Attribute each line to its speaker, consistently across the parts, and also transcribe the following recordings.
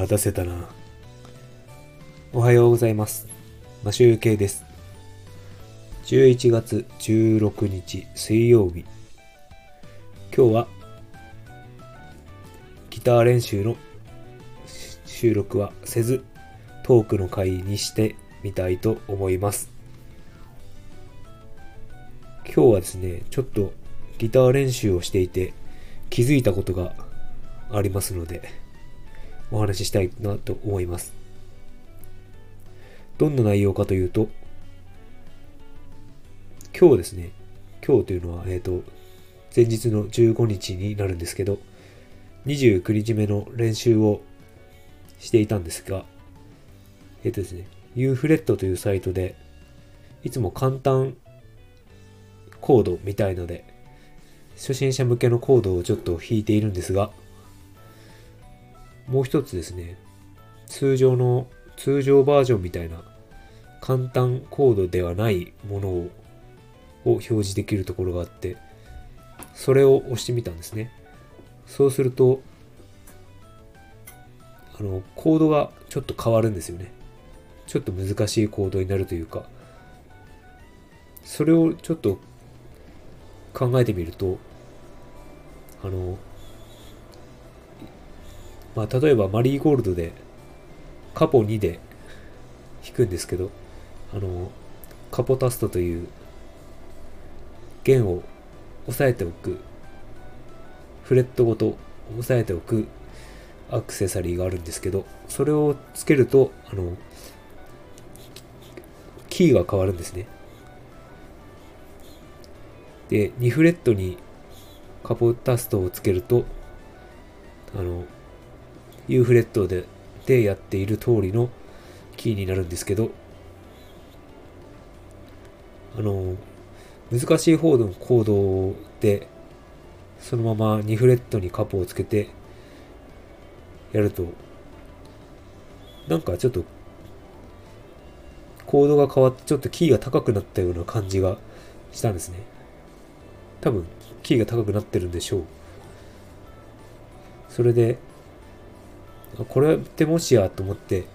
Speaker 1: 出せたな。おはようございます。マシュウケイです。11月16日水曜日。今日はギター練習の収録はせずトークの回にしてみたいと思います。今日はですね、ちょっとギター練習をしていて気づいたことがありますのでお話ししたいなと思います。どんな内容かというと、今日ですね、今日というのは前日の15日になるんですけど、29日目の練習をしていたんですが、ですね、UFret というサイトでいつも簡単コードみたいので初心者向けのコードをちょっと弾いているんですが、もう一つですね、通常バージョンみたいな簡単コードではないものを表示できるところがあって、それを押してみたんですね。そうするとコードがちょっと変わるんですよね。ちょっと難しいコードになるというか、それをちょっと考えてみると、例えばマリーゴールドでカポ2で弾くんですけど、カポタストという弦を押さえておく、フレットごと押さえておくアクセサリーがあるんですけど、それをつけるとキーが変わるんですね。で、2フレットにカポタストをつけるとU フレットでやっている通りのキーになるんですけど、難しい方のコードでそのまま2フレットにカポをつけてやると、なんかちょっとコードが変わってちょっとキーが高くなったような感じがしたんですね。多分キーが高くなってるんでしょう。それでこれってもしやと思って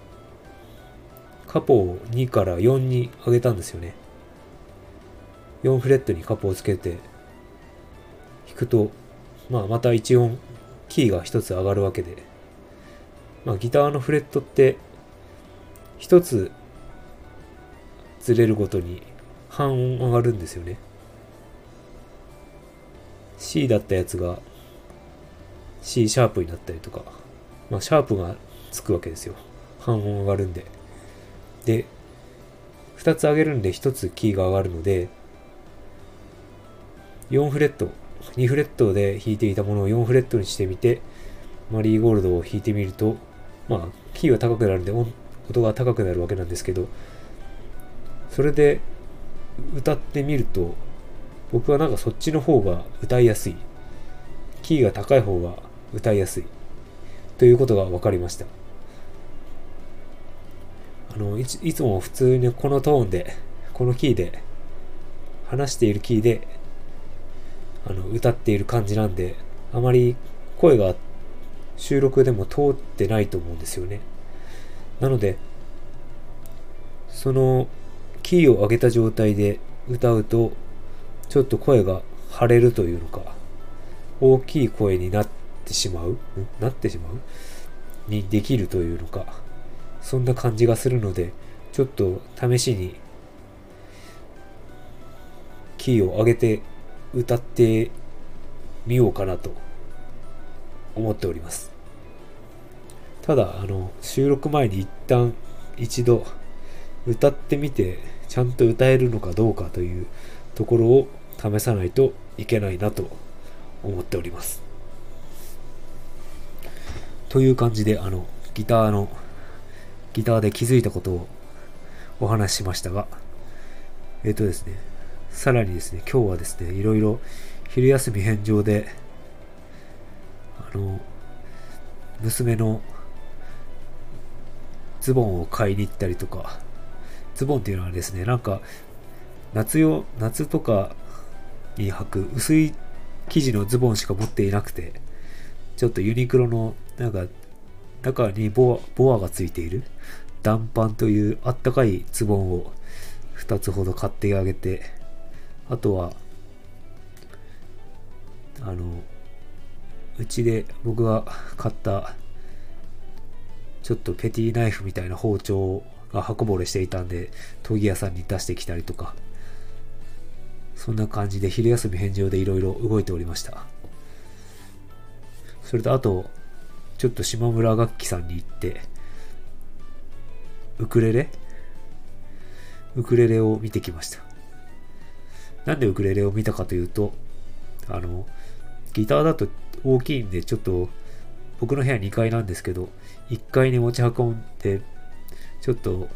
Speaker 1: カポを2から4に上げたんですよね。4フレットにカポをつけて弾くと、また1音キーが1つ上がるわけで、ギターのフレットって1つずれるごとに半音上がるんですよね。C だったやつが C シャープになったりとか、シャープがつくわけですよ。半音上がるんで。で、2つ上げるんで1つキーが上がるので、4フレット、2フレットで弾いていたものを4フレットにしてみて、マリーゴールドを弾いてみると、キーが高くなるんで音が高くなるわけなんですけど、それで歌ってみると、僕はなんかそっちの方が歌いやすい。キーが高い方が歌いやすい。ということが分かりました。いつも普通にこのトーンで、このキーで、話しているキーで、歌っている感じなんで、あまり声が収録でも通ってないと思うんですよね。なので、そのキーを上げた状態で歌うと、ちょっと声が張れるというのか、大きい声になってしまうにできるというのか、そんな感じがするので、ちょっと試しにキーを上げて歌ってみようかなと思っております。ただ収録前に一度歌ってみてちゃんと歌えるのかどうかというところを試さないといけないなと思っております。という感じでギターで気づいたことをお話ししましたが、ですね、さらにですね、今日はですね、いろいろ昼休み返上で娘のズボンを買いに行ったりとか、ズボンっていうのはですね、なんか夏とかに履く薄い生地のズボンしか持っていなくて、ちょっとユニクロのなんか中にボアがついている暖パンというあったかいズボンを2つほど買ってあげて、あとはうちで僕が買ったちょっとペティナイフみたいな包丁が刃こぼれしていたんで、研ぎ屋さんに出してきたりとか、そんな感じで昼休み返上でいろいろ動いておりました。それとあとちょっと島村楽器さんに行ってウクレレを見てきました。なんでウクレレを見たかというと、ギターだと大きいんで、ちょっと僕の部屋2階なんですけど、1階に持ち運んでちょっと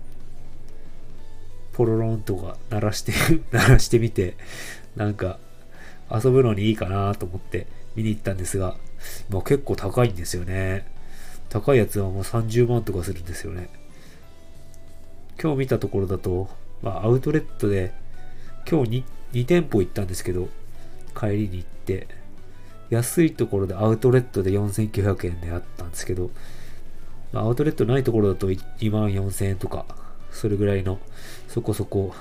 Speaker 1: ポロロンとか鳴らしてみて、なんか遊ぶのにいいかなと思って見に行ったんですが、もう結構高いんですよね。高いやつはもう30万とかするんですよね。今日見たところだと、アウトレットで今日 2店舗行ったんですけど、帰りに行って安いところでアウトレットで4900円であったんですけど、アウトレットないところだと2万4000円とか、それぐらいのそこそこ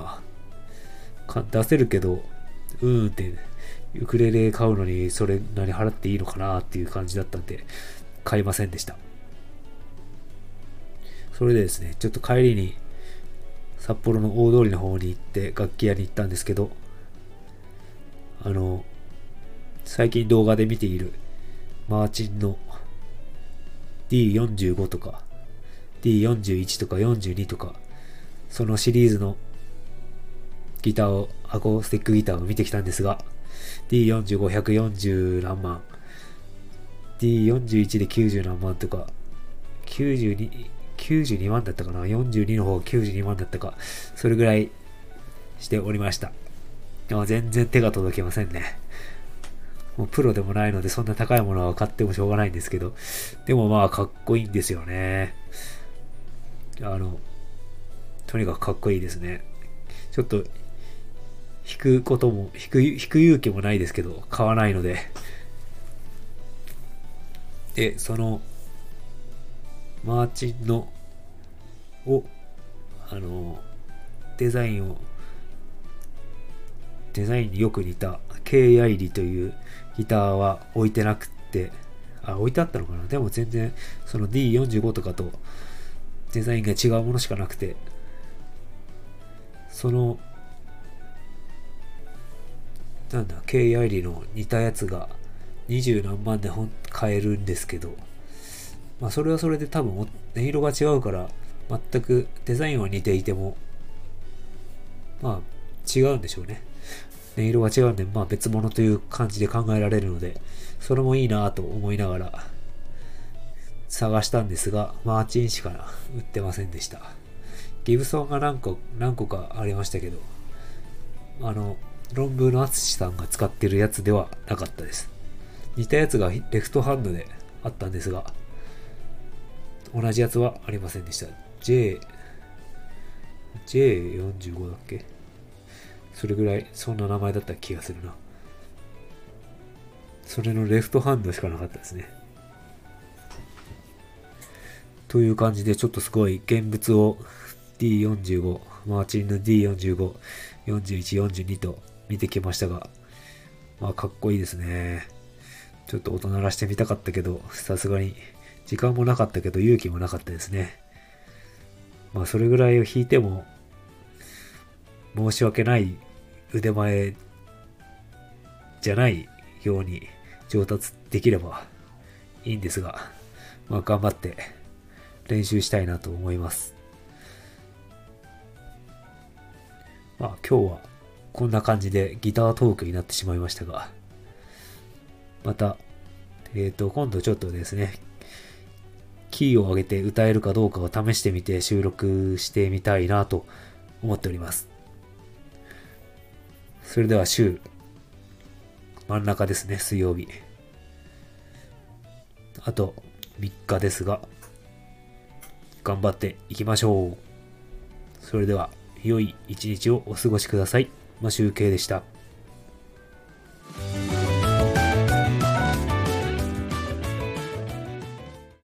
Speaker 1: 出せるけど、ってウクレレ買うのにそれ何払っていいのかなっていう感じだったんで買いませんでした。それでですね、ちょっと帰りに札幌の大通りの方に行って楽器屋に行ったんですけど、最近動画で見ているマーチンの D45 とか D41 とか42とか、そのシリーズのギターを、アコースティックギターを見てきたんですが、D45、140何万、D41 で90何万とか、92万だったかな、42の方が92万だったか、それぐらいしておりました。でも全然手が届きませんね。もうプロでもないのでそんな高いものは買ってもしょうがないんですけど、でもかっこいいんですよね。とにかくかっこいいですね。ちょっと弾く勇気もないですけど、買わないので。で、そのマーチンのデザインによく似た K-IRI というギターは置いてなくって、置いてあったのかな。でも全然その D45 とかとデザインが違うものしかなくて、そのK-IRI の似たやつが20何万で買えるんですけど、それはそれで多分音色が違うから全くデザインは似ていても違うんでしょうね。音色が違うんで別物という感じで考えられるので、それもいいなと思いながら探したんですが、マーチンしか売ってませんでした。ギブソンが何個かありましたけど、ロンブーの淳さんが使ってるやつではなかったです。似たやつがレフトハンドであったんですが、同じやつはありませんでした。J45 だっけ、それぐらいそんな名前だった気がするな。それのレフトハンドしかなかったですね。という感じで、ちょっとすごい現物を D45、マーチンの D45、41、42と見てきましたが、かっこいいですね。ちょっと音鳴らしてみたかったけど、さすがに時間もなかったけど勇気もなかったですね。それぐらいを弾いても申し訳ない腕前じゃないように上達できればいいんですが、頑張って練習したいなと思います。今日はこんな感じでギタートークになってしまいましたが、また今度ちょっとですね、キーを上げて歌えるかどうかを試してみて収録してみたいなと思っております。それでは週真ん中ですね、水曜日。あと3日ですが、頑張っていきましょう。それでは良い一日をお過ごしください。マシュウケイでした。